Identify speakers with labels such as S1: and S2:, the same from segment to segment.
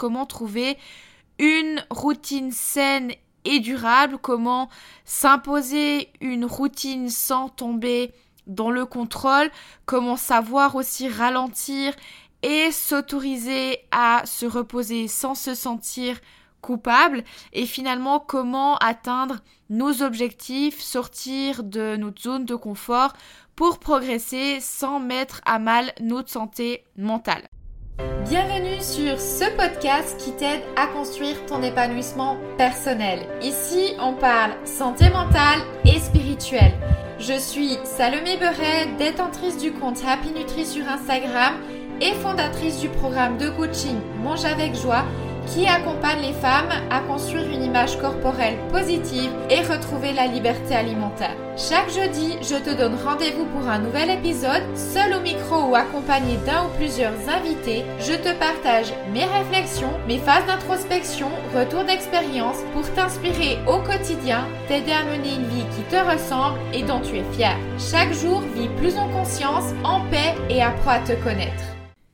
S1: comment trouver une routine saine et durable, comment s'imposer une routine sans tomber dans le contrôle, comment savoir aussi ralentir et s'autoriser à se reposer sans se sentir coupable, et finalement comment atteindre nos objectifs, sortir de notre zone de confort pour progresser sans mettre à mal notre santé mentale.
S2: Bienvenue sur ce podcast qui t'aide à construire ton épanouissement personnel. Ici, on parle santé mentale et spirituelle. Je suis Salomé Beuret, détentrice du compte Happy Nutri sur Instagram et fondatrice du programme de coaching Mange avec joie qui accompagne les femmes à construire une image corporelle positive et retrouver la liberté alimentaire. Chaque jeudi, je te donne rendez-vous pour un nouvel épisode. Seul au micro ou accompagné d'un ou plusieurs invités, je te partage mes réflexions, mes phases d'introspection, retours d'expérience pour t'inspirer au quotidien, t'aider à mener une vie qui te ressemble et dont tu es fier. Chaque jour, vis plus en conscience, en paix et apprends à te connaître.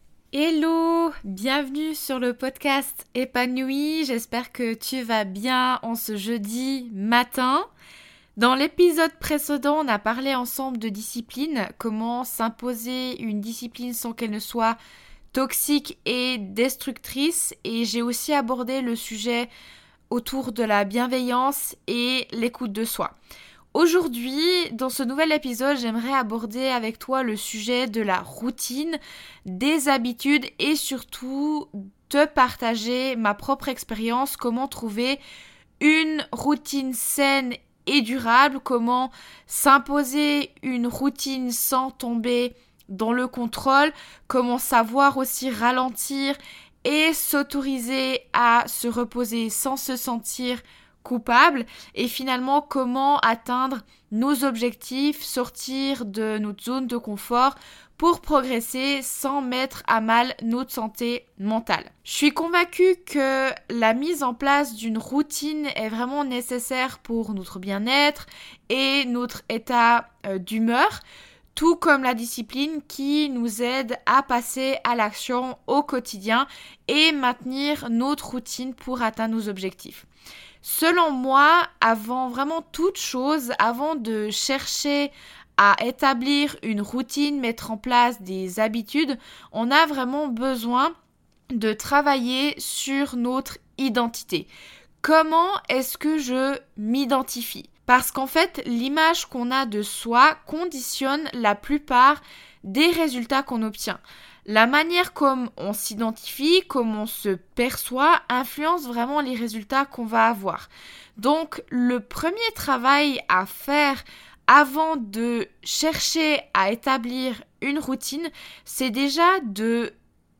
S1: Hello, bienvenue sur le podcast Épanoui, j'espère que tu vas bien en ce jeudi matin. Dans l'épisode précédent, on a parlé ensemble de discipline, comment s'imposer une discipline sans qu'elle ne soit toxique et destructrice, et j'ai aussi abordé le sujet autour de la bienveillance et l'écoute de soi. Aujourd'hui, dans ce nouvel épisode, j'aimerais aborder avec toi le sujet de la routine, des habitudes et surtout te partager ma propre expérience, comment trouver une routine saine et durable, comment s'imposer une routine sans tomber dans le contrôle, comment savoir aussi ralentir et s'autoriser à se reposer sans se sentir coupable, et finalement comment atteindre nos objectifs, sortir de notre zone de confort pour progresser sans mettre à mal notre santé mentale. Je suis convaincue que la mise en place d'une routine est vraiment nécessaire pour notre bien-être et notre état d'humeur, tout comme la discipline qui nous aide à passer à l'action au quotidien et maintenir notre routine pour atteindre nos objectifs. Selon moi, avant vraiment toute chose, avant de chercher à établir une routine, mettre en place des habitudes, on a vraiment besoin de travailler sur notre identité. Comment est-ce que je m'identifie ? Parce qu'en fait, l'image qu'on a de soi conditionne la plupart des résultats qu'on obtient. La manière comme on s'identifie, comme on se perçoit, influence vraiment les résultats qu'on va avoir. Donc, le premier travail à faire avant de chercher à établir une routine, c'est déjà de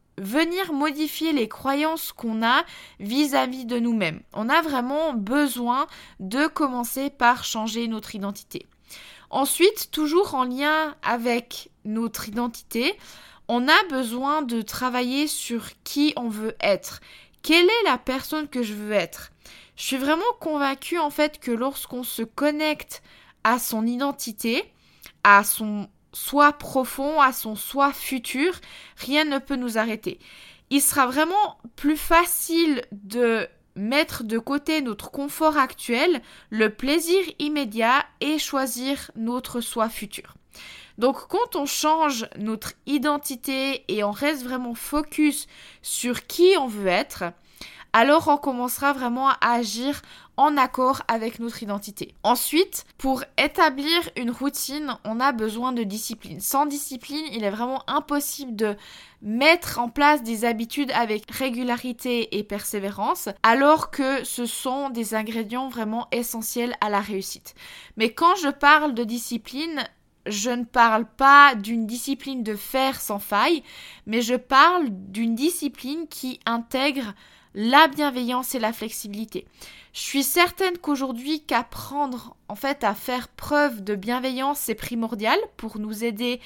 S1: venir modifier les croyances qu'on a vis-à-vis de nous-mêmes. On a vraiment besoin de commencer par changer notre identité. Ensuite, toujours en lien avec notre identité, on a besoin de travailler sur qui on veut être. Quelle est la personne que je veux être ? Je suis vraiment convaincue en fait que lorsqu'on se connecte à son identité, à son soi profond, à son soi futur, rien ne peut nous arrêter. Il sera vraiment plus facile de mettre de côté notre confort actuel, le plaisir immédiat et choisir notre soi futur. Donc quand on change notre identité et on reste vraiment focus sur qui on veut être, alors on commencera vraiment à agir en accord avec notre identité. Ensuite, pour établir une routine, on a besoin de discipline. Sans discipline, il est vraiment impossible de mettre en place des habitudes avec régularité et persévérance, alors que ce sont des ingrédients vraiment essentiels à la réussite. Mais quand je parle de discipline, je ne parle pas d'une discipline de fer sans faille, mais je parle d'une discipline qui intègre la bienveillance et la flexibilité. Je suis certaine qu'aujourd'hui, qu'apprendre en fait à faire preuve de bienveillance, c'est primordial pour nous aider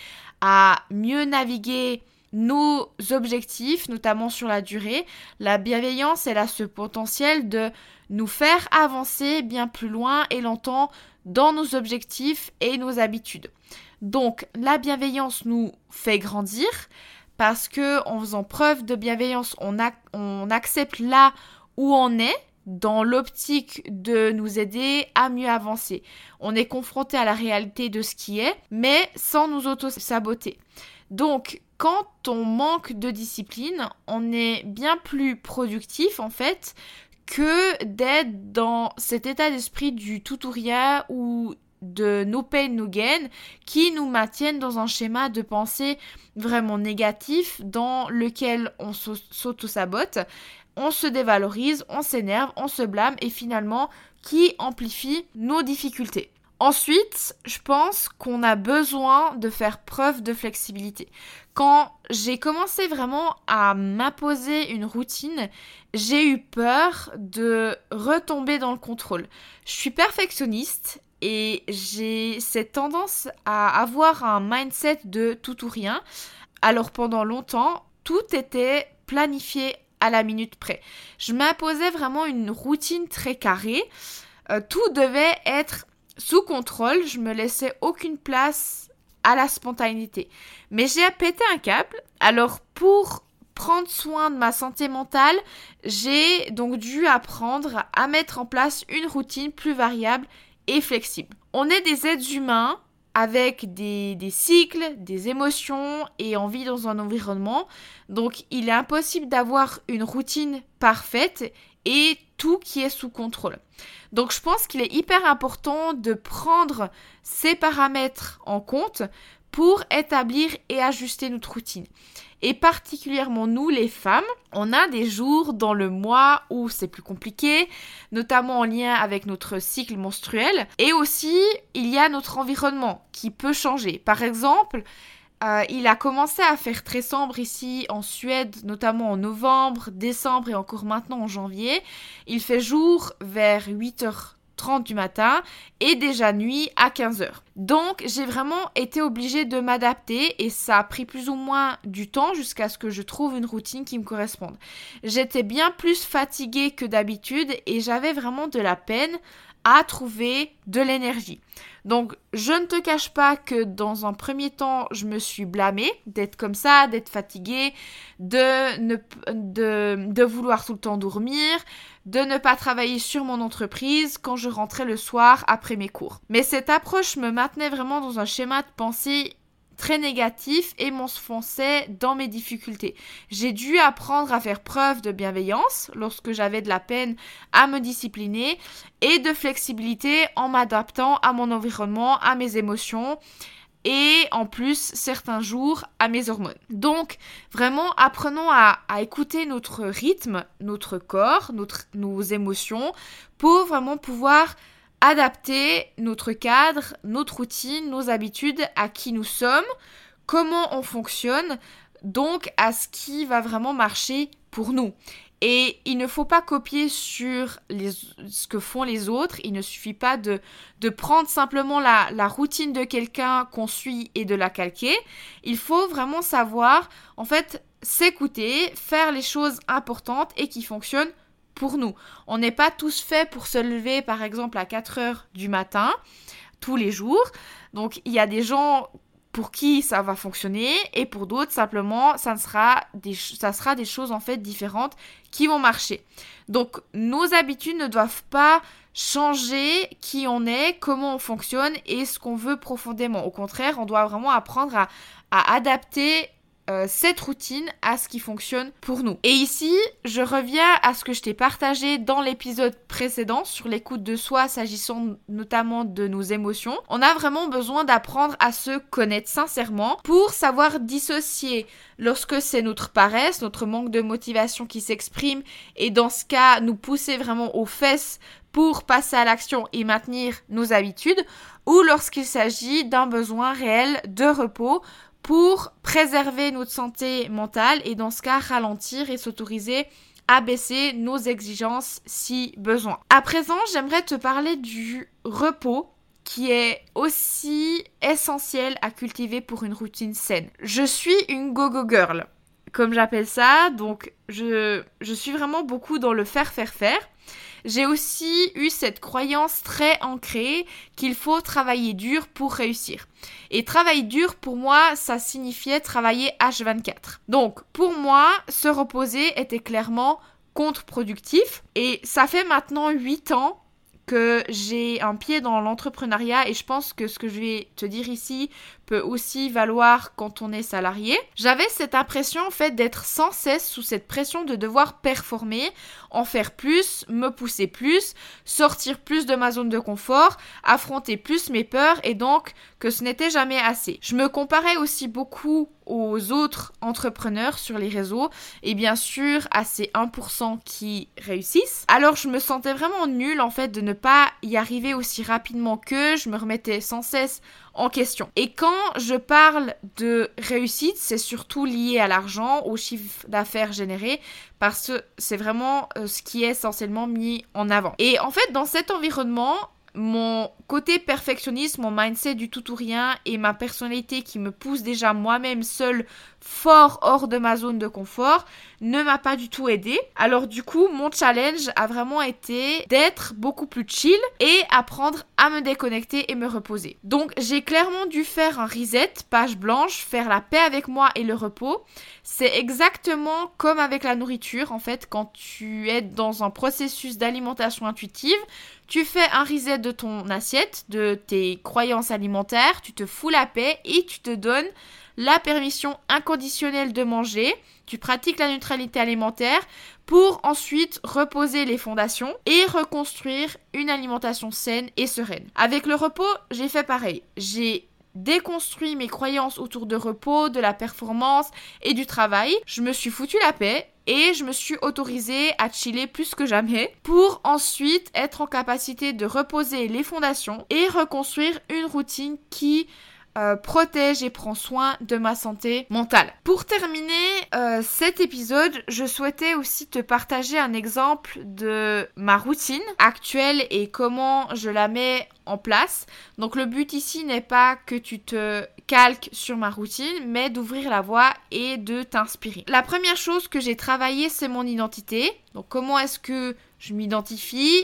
S1: à mieux naviguer nos objectifs, notamment sur la durée. La bienveillance, elle a ce potentiel de nous faire avancer bien plus loin et longtemps dans nos objectifs et nos habitudes. Donc, la bienveillance nous fait grandir parce que en faisant preuve de bienveillance, on accepte là où on est, dans l'optique de nous aider à mieux avancer. On est confronté à la réalité de ce qui est, mais sans nous auto-saboter. Donc, quand on manque de discipline, on est bien plus productif en fait que d'être dans cet état d'esprit du tout ou rien ou de no pain, no gain qui nous maintiennent dans un schéma de pensée vraiment négatif dans lequel on s'auto-sabote, on se dévalorise, on s'énerve, on se blâme et finalement qui amplifie nos difficultés. Ensuite, je pense qu'on a besoin de faire preuve de flexibilité. Quand j'ai commencé vraiment à m'imposer une routine, j'ai eu peur de retomber dans le contrôle. Je suis perfectionniste et j'ai cette tendance à avoir un mindset de tout ou rien. Alors pendant longtemps, tout était planifié à la minute près. Je m'imposais vraiment une routine très carrée. Tout devait être sous contrôle, je me laissais aucune place à la spontanéité. Mais j'ai pété un câble. Alors pour prendre soin de ma santé mentale, j'ai donc dû apprendre à mettre en place une routine plus variable et flexible. On est des êtres humains avec des cycles, des émotions et on vit dans un environnement. Donc il est impossible d'avoir une routine parfaite et tout qui est sous contrôle. Donc je pense qu'il est hyper important de prendre ces paramètres en compte pour établir et ajuster notre routine. Et particulièrement nous les femmes, on a des jours dans le mois où c'est plus compliqué, notamment en lien avec notre cycle menstruel. Et aussi, il y a notre environnement qui peut changer. Par exemple, il a commencé à faire très sombre ici en Suède, notamment en novembre, décembre et encore maintenant en janvier. Il fait jour vers 8h30 du matin et déjà nuit à 15h. Donc j'ai vraiment été obligée de m'adapter et ça a pris plus ou moins du temps jusqu'à ce que je trouve une routine qui me corresponde. J'étais bien plus fatiguée que d'habitude et j'avais vraiment de la peine à trouver de l'énergie. Donc, je ne te cache pas que dans un premier temps, je me suis blâmée d'être comme ça, d'être fatiguée, de vouloir tout le temps dormir, de ne pas travailler sur mon entreprise quand je rentrais le soir après mes cours. Mais cette approche me maintenait vraiment dans un schéma de pensée très négatif et m'enfonçait dans mes difficultés. J'ai dû apprendre à faire preuve de bienveillance lorsque j'avais de la peine à me discipliner et de flexibilité en m'adaptant à mon environnement, à mes émotions et en plus certains jours à mes hormones. Donc vraiment apprenons à écouter notre rythme, notre corps, nos émotions pour vraiment pouvoir adapter notre cadre, notre routine, nos habitudes à qui nous sommes, comment on fonctionne, donc à ce qui va vraiment marcher pour nous. Et il ne faut pas copier sur ce que font les autres, il ne suffit pas de prendre simplement la routine de quelqu'un qu'on suit et de la calquer. Il faut vraiment savoir, en fait, s'écouter, faire les choses importantes et qui fonctionnent pour nous. On n'est pas tous faits pour se lever par exemple à 4h du matin tous les jours. Donc il y a des gens pour qui ça va fonctionner et pour d'autres simplement ça sera des choses en fait différentes qui vont marcher. Donc nos habitudes ne doivent pas changer qui on est, comment on fonctionne et ce qu'on veut profondément. Au contraire, on doit vraiment apprendre à adapter cette routine à ce qui fonctionne pour nous. Et ici, je reviens à ce que je t'ai partagé dans l'épisode précédent sur l'écoute de soi, s'agissant notamment de nos émotions. On a vraiment besoin d'apprendre à se connaître sincèrement pour savoir dissocier lorsque c'est notre paresse, notre manque de motivation qui s'exprime et dans ce cas, nous pousser vraiment aux fesses pour passer à l'action et maintenir nos habitudes, ou lorsqu'il s'agit d'un besoin réel de repos pour préserver notre santé mentale et dans ce cas ralentir et s'autoriser à baisser nos exigences si besoin. À présent, j'aimerais te parler du repos qui est aussi essentiel à cultiver pour une routine saine. Je suis une go-go girl. comme j'appelle ça. Donc, je suis vraiment beaucoup dans le faire. J'ai aussi eu cette croyance très ancrée qu'il faut travailler dur pour réussir. Et travailler dur, pour moi, ça signifiait travailler H24. Donc, pour moi, se reposer était clairement contre-productif. Et ça fait maintenant 8 ans que j'ai un pied dans l'entrepreneuriat et je pense que ce que je vais te dire ici peut aussi valoir quand on est salarié. J'avais cette impression en fait d'être sans cesse sous cette pression de devoir performer, en faire plus, me pousser plus, sortir plus de ma zone de confort, affronter plus mes peurs et donc que ce n'était jamais assez. Je me comparais aussi beaucoup aux autres entrepreneurs sur les réseaux et bien sûr à ces 1% qui réussissent. Alors je me sentais vraiment nulle en fait de ne pas y arriver aussi rapidement qu'eux. Je me remettais sans cesse en question. Et quand je parle de réussite, c'est surtout lié à l'argent, au chiffre d'affaires généré, parce que c'est vraiment ce qui est essentiellement mis en avant. Et en fait, dans cet environnement, mon côté perfectionniste, mon mindset du tout ou rien et ma personnalité qui me pousse déjà moi-même seule fort hors de ma zone de confort ne m'a pas du tout aidée. Alors du coup, mon challenge a vraiment été d'être beaucoup plus chill et apprendre à me déconnecter et me reposer. Donc j'ai clairement dû faire un reset, page blanche, faire la paix avec moi et le repos. C'est exactement comme avec la nourriture en fait, quand tu es dans un processus d'alimentation intuitive, tu fais un reset de ton assiette, de tes croyances alimentaires, tu te fous la paix et tu te donnes la permission inconditionnelle de manger. Tu pratiques la neutralité alimentaire pour ensuite reposer les fondations et reconstruire une alimentation saine et sereine. Avec le repos, j'ai fait pareil. J'ai déconstruit mes croyances autour de repos, de la performance et du travail. Je me suis foutu la paix et je me suis autorisée à chiller plus que jamais pour ensuite être en capacité de reposer les fondations et reconstruire une routine qui protège et prend soin de ma santé mentale. Pour terminer cet épisode, je souhaitais aussi te partager un exemple de ma routine actuelle et comment je la mets en place. Donc le but ici n'est pas que tu te calques sur ma routine, mais d'ouvrir la voie et de t'inspirer. La première chose que j'ai travaillée, c'est mon identité. Donc comment est-ce que je m'identifie ?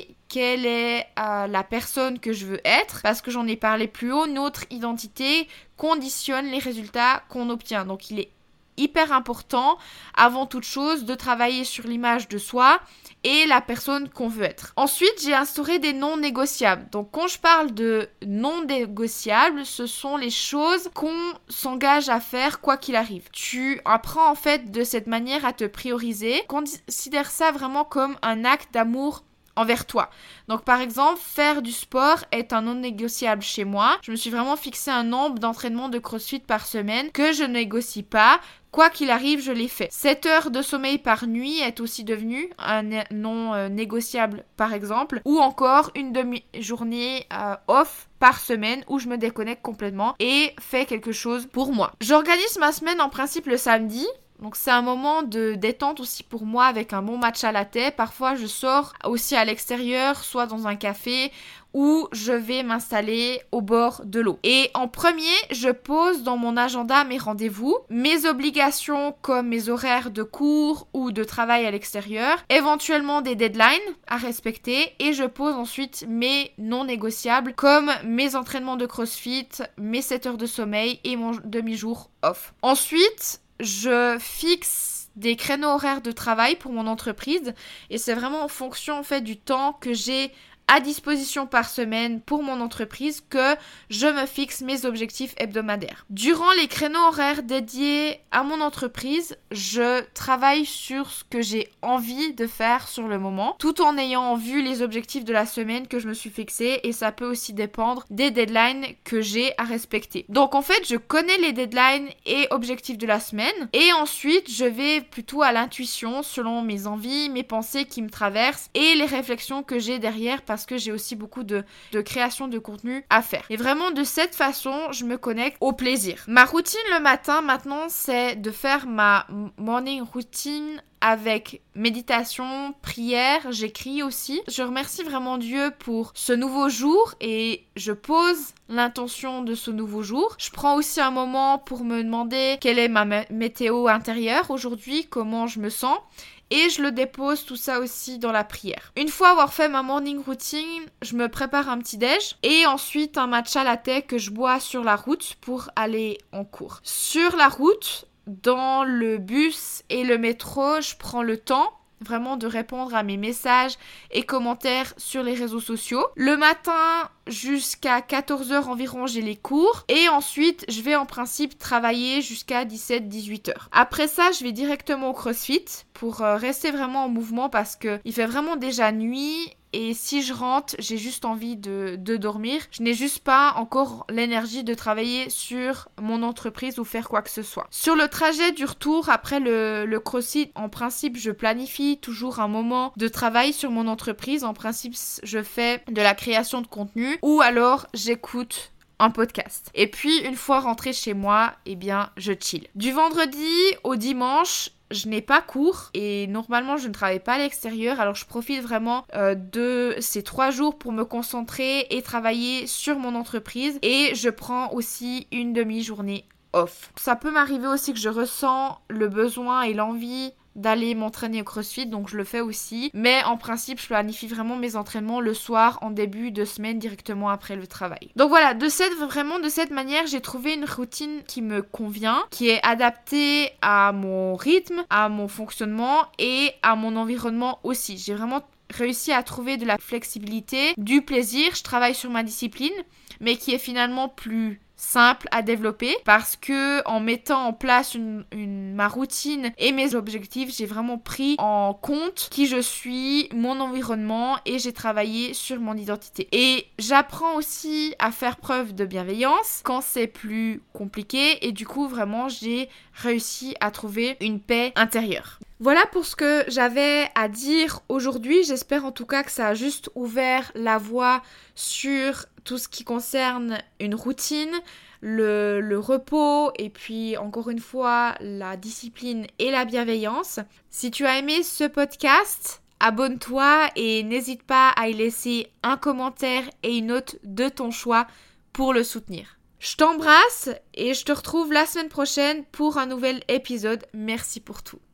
S1: Quelle est la personne que je veux être? Parce que j'en ai parlé plus haut, notre identité conditionne les résultats qu'on obtient. Donc il est hyper important, avant toute chose, de travailler sur l'image de soi et la personne qu'on veut être. Ensuite, j'ai instauré des non négociables. Donc quand je parle de non négociables, ce sont les choses qu'on s'engage à faire quoi qu'il arrive. Tu apprends en fait de cette manière à te prioriser. Considère ça vraiment comme un acte d'amour envers toi. Donc par exemple, faire du sport est un non négociable chez moi. Je me suis vraiment fixé un nombre d'entraînements de CrossFit par semaine que je ne négocie pas. Quoi qu'il arrive, je l'ai fait. 7 heures de sommeil par nuit est aussi devenu un non négociable par exemple. Ou encore une demi-journée off par semaine où je me déconnecte complètement et fais quelque chose pour moi. J'organise ma semaine en principe le samedi. Donc c'est un moment de détente aussi pour moi avec un bon matcha latte. Parfois je sors aussi à l'extérieur, soit dans un café où je vais m'installer au bord de l'eau. Et en premier, je pose dans mon agenda mes rendez-vous, mes obligations comme mes horaires de cours ou de travail à l'extérieur, éventuellement des deadlines à respecter et je pose ensuite mes non négociables comme mes entraînements de CrossFit, mes 7 heures de sommeil et mon demi-jour off. Ensuite, je fixe des créneaux horaires de travail pour mon entreprise et c'est vraiment en fonction en fait du temps que j'ai à disposition par semaine pour mon entreprise que je me fixe mes objectifs hebdomadaires. Durant les créneaux horaires dédiés à mon entreprise, je travaille sur ce que j'ai envie de faire sur le moment, tout en ayant en vue les objectifs de la semaine que je me suis fixés et ça peut aussi dépendre des deadlines que j'ai à respecter. Donc en fait, je connais les deadlines et objectifs de la semaine et ensuite je vais plutôt à l'intuition selon mes envies, mes pensées qui me traversent et les réflexions que j'ai derrière parce parce que j'ai aussi beaucoup de création de contenu à faire. Et vraiment de cette façon, je me connecte au plaisir. Ma routine le matin maintenant, c'est de faire ma morning routine avec méditation, prière, j'écris aussi. Je remercie vraiment Dieu pour ce nouveau jour et je pose l'intention de ce nouveau jour. Je prends aussi un moment pour me demander quelle est ma météo intérieure aujourd'hui, comment je me sens. Et je le dépose tout ça aussi dans la prière. Une fois avoir fait ma morning routine, je me prépare un petit déj et ensuite un matcha latte que je bois sur la route pour aller en cours. Sur la route, dans le bus et le métro, je prends le temps vraiment de répondre à mes messages et commentaires sur les réseaux sociaux. Le matin, jusqu'à 14h environ, j'ai les cours et ensuite, je vais en principe travailler jusqu'à 17-18h. Après ça, je vais directement au CrossFit pour rester vraiment en mouvement parce que il fait vraiment déjà nuit. Et si je rentre, j'ai juste envie de dormir. Je n'ai juste pas encore l'énergie de travailler sur mon entreprise ou faire quoi que ce soit. Sur le trajet du retour, après le CrossFit, en principe, je planifie toujours un moment de travail sur mon entreprise. En principe, je fais de la création de contenu ou alors j'écoute un podcast. Et puis, une fois rentrée chez moi, eh bien, je chill. Du vendredi au dimanche, je n'ai pas cours et normalement je ne travaille pas à l'extérieur, alors je profite vraiment de ces 3 jours pour me concentrer et travailler sur mon entreprise et je prends aussi une demi-journée off. Ça peut m'arriver aussi que je ressens le besoin et l'envie d'aller m'entraîner au CrossFit, donc je le fais aussi. Mais en principe, je planifie vraiment mes entraînements le soir, en début de semaine, directement après le travail. Donc voilà, de cette manière, j'ai trouvé une routine qui me convient, qui est adaptée à mon rythme, à mon fonctionnement et à mon environnement aussi. J'ai vraiment réussi à trouver de la flexibilité, du plaisir. Je travaille sur ma discipline, mais qui est finalement plus simple à développer parce que en mettant en place ma routine et mes objectifs, j'ai vraiment pris en compte qui je suis, mon environnement et j'ai travaillé sur mon identité. Et j'apprends aussi à faire preuve de bienveillance quand c'est plus compliqué et du coup vraiment j'ai réussi à trouver une paix intérieure. Voilà pour ce que j'avais à dire aujourd'hui. J'espère en tout cas que ça a juste ouvert la voie sur tout ce qui concerne une routine, le repos et puis encore une fois la discipline et la bienveillance. Si tu as aimé ce podcast, abonne-toi et n'hésite pas à y laisser un commentaire et une note de ton choix pour le soutenir. Je t'embrasse et je te retrouve la semaine prochaine pour un nouvel épisode. Merci pour tout.